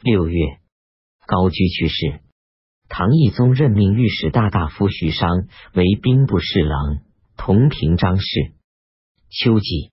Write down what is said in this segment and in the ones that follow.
6月，高居去世，唐懿宗任命御史大夫徐商为兵部侍郎，同平章事。秋季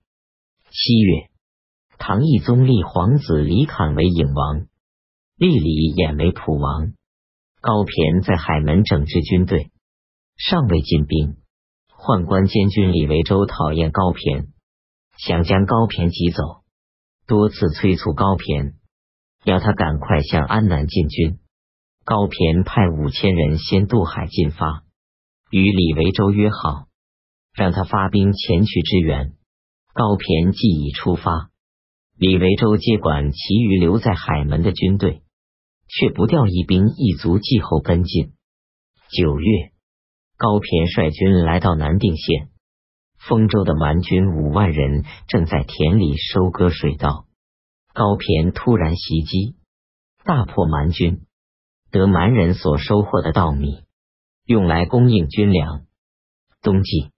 7月，唐懿宗立皇子李侃为颖王，立李衍为普王。高骈在海门整治军队，尚未进兵，宦官监军李维州讨厌高骈，想将高骈挤走，多次催促高骈，要他赶快向安南进军。高骈派5000人先渡海进发，与李维州约好，让他发兵前去支援。高骈既已出发，李维州接管其余留在海门的军队，却不调一兵一卒继后跟进。9月，高骈率军来到南定县，丰州的蛮军5万人正在田里收割水稻，高骈突然袭击，大破蛮军，得蛮人所收获的稻米，用来供应军粮。冬季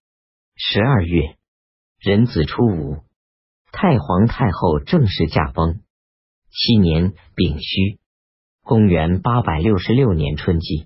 12月，壬子初五，太皇太后正式驾崩。7年丙戌，公元866年春季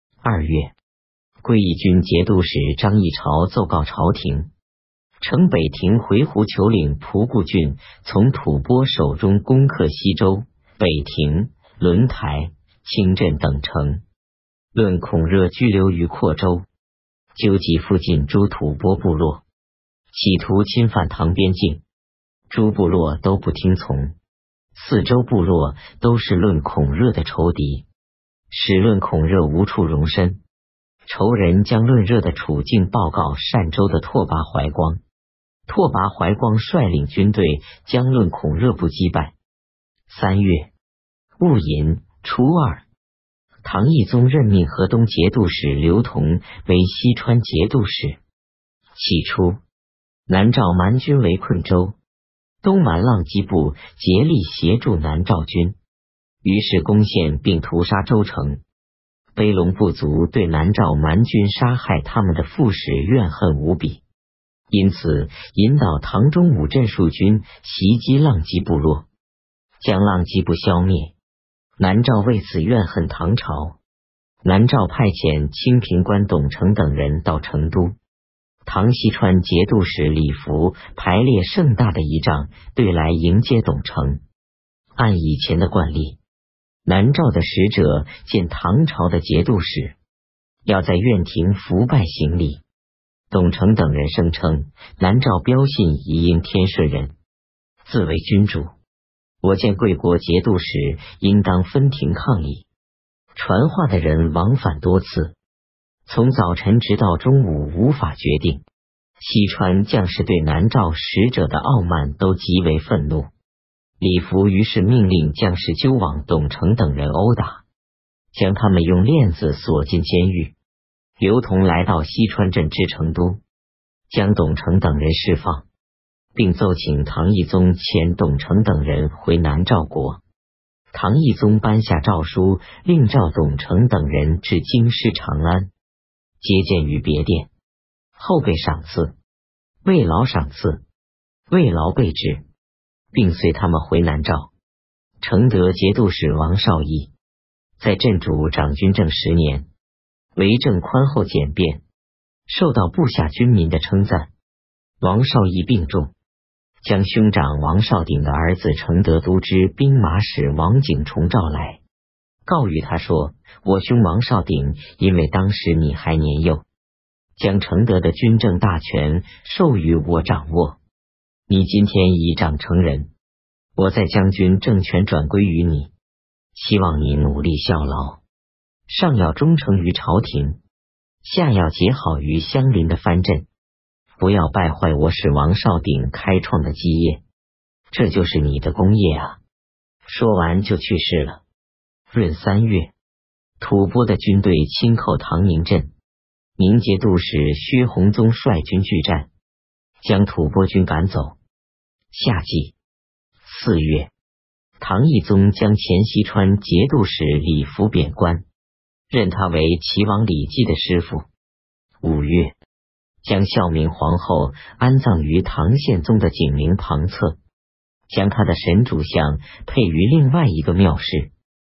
2月，归义军节度使张议潮奏告朝廷，城北庭回鹘求领蒲固郡从吐蕃手中攻克西州、北庭、轮台、清镇等城，论孔热居留于阔州，纠集附近诸吐蕃部落，企图侵犯唐边境，诸部落都不听从，四周部落都是论孔热的仇敌，使论孔热无处容身。仇人将论热的处境报告单州的拓跋怀光，拓跋怀光率领军队将论孔热部击败。3月戊寅初二，唐懿宗任命河东节度使刘同为西川节度使。起初，南诏蛮军围困州，东蛮浪击部竭力协助南诏军，于是攻陷并屠杀州城。卑龙部族对南诏蛮军杀害他们的副使怨恨无比，因此引导唐中武镇戍军袭击浪击部落，将浪击部消灭。南诏为此怨恨唐朝，南诏派遣清平官董承等人到成都。唐西川节度使李福排列盛大的仪仗队来迎接董承。按以前的惯例，南诏的使者见唐朝的节度使，要在院庭伏拜行礼。董承等人声称，南诏标信宜应天顺人，自为君主，我见贵国节度使应当分庭抗礼。传话的人往返多次，从早晨直到中午无法决定。西川将士对南诏使者的傲慢都极为愤怒。李福于是命令将士揪往董承等人殴打，将他们用链子锁进监狱。刘同来到西川镇至成都，将董承等人释放，并奏请唐懿宗遣董承等人回南诏国。唐懿宗颁下诏书，令召董承等人至京师长安，接见于别殿，后备赏赐，慰劳赏赐，慰劳备至，并随他们回南诏。承德节度使王绍义在镇主掌军政10年，为政宽厚简便，受到部下军民的称赞。王绍义病重，将兄长王绍鼎的儿子承德都知兵马使王景崇召来，告谕他说，我兄王绍鼎因为当时你还年幼，将承德的军政大权授予我掌握，你今天已长成人，我在将军政权转归于你，希望你努力效劳，上要忠诚于朝廷，下要结好于相邻的藩镇，不要败坏我使王绍鼎开创的基业，这就是你的功业啊。说完就去世了。闰3月，吐蕃的军队侵寇唐宁镇，宁节度使薛弘宗率军拒战，将吐蕃军赶走。夏季4月，唐懿宗将前西川节度使李福贬官，任他为齐王李绩的师傅。5月，将孝明皇后安葬于唐宪宗的景陵旁侧，将他的神主像配于另外一个庙室，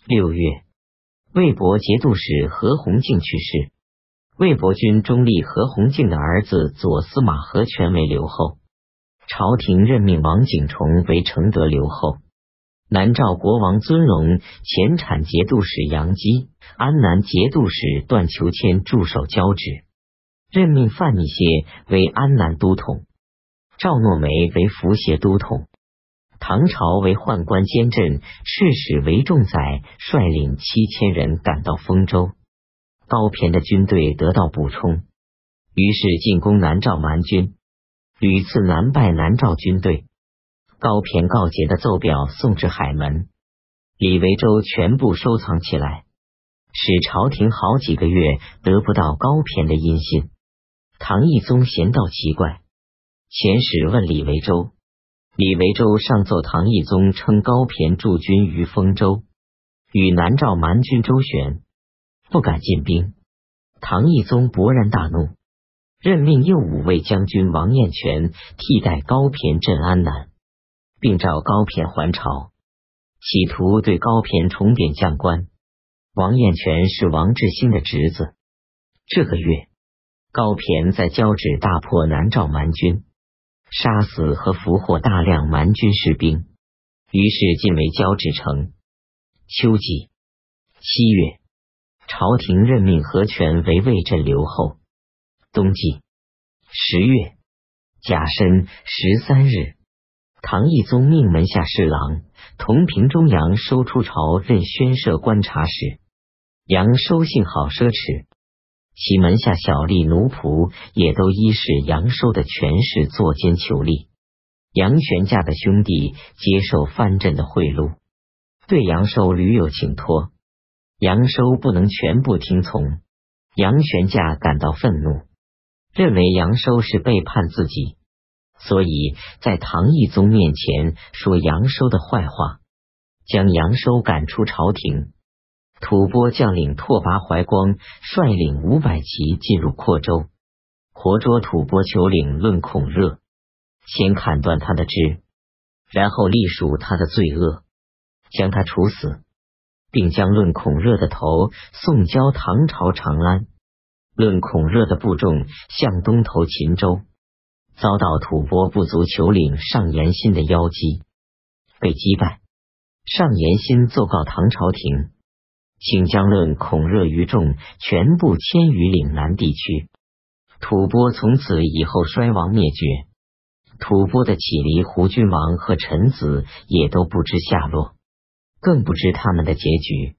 6月，魏博节度使何弘敬去世，魏博军中立何弘敬的儿子左司马何权为留后，朝廷任命王景崇为承德留后。南诏国王尊龙前产节度使杨基、安南节度使段求谦驻守交趾，任命范密歇为安南都统，赵诺梅为伏协都统。唐朝为宦官监镇刺史韦仲载率领7000人赶到丰州，高骈的军队得到补充，于是进攻南诏蛮军，屡次难败南诏军队。高骈告捷的奏表送至海门，李维洲全部收藏起来，使朝廷好几个月得不到高骈的音信。唐懿宗嫌道奇怪，遣使问李维洲，李维洲上奏唐懿宗称高骈驻军于丰州，与南诏蛮军周旋，不敢进兵。唐懿宗勃然大怒，任命右武卫将军王彦全替代高骈镇安南，并召高骈还朝，企图对高骈重贬将官。王彦全是王志兴的侄子。这个月，高骈在交趾大破南诏蛮军，杀死和俘获大量蛮军士兵，于是进为交趾城。秋季7月，朝廷任命何权为魏镇留后。冬季10月甲申13日，唐懿宗命门下侍郎同平中杨收出朝任宣摄观察使。杨收性好奢侈，其门下小吏奴仆也都依恃杨收的权势作奸求利。杨玄价的兄弟接受藩镇的贿赂，对杨收屡有请托，杨收不能全部听从。杨玄价感到愤怒，认为杨收是背叛自己，所以在唐懿宗面前说杨收的坏话，将杨收赶出朝廷。吐蕃将领拓跋怀光率领500骑进入阔州，活捉吐蕃酋领论孔热，先砍断他的肢，然后隶属他的罪恶，将他处死，并将论孔热的头送交唐朝长安。论孔热的部众向东投秦州，遭到吐蕃部族酋领上言心的邀击，被击败。上言心奏告唐朝廷，请将论孔热余众全部迁于岭南地区。吐蕃从此以后衰亡灭绝，吐蕃的乞黎胡君王和臣子也都不知下落，更不知他们的结局。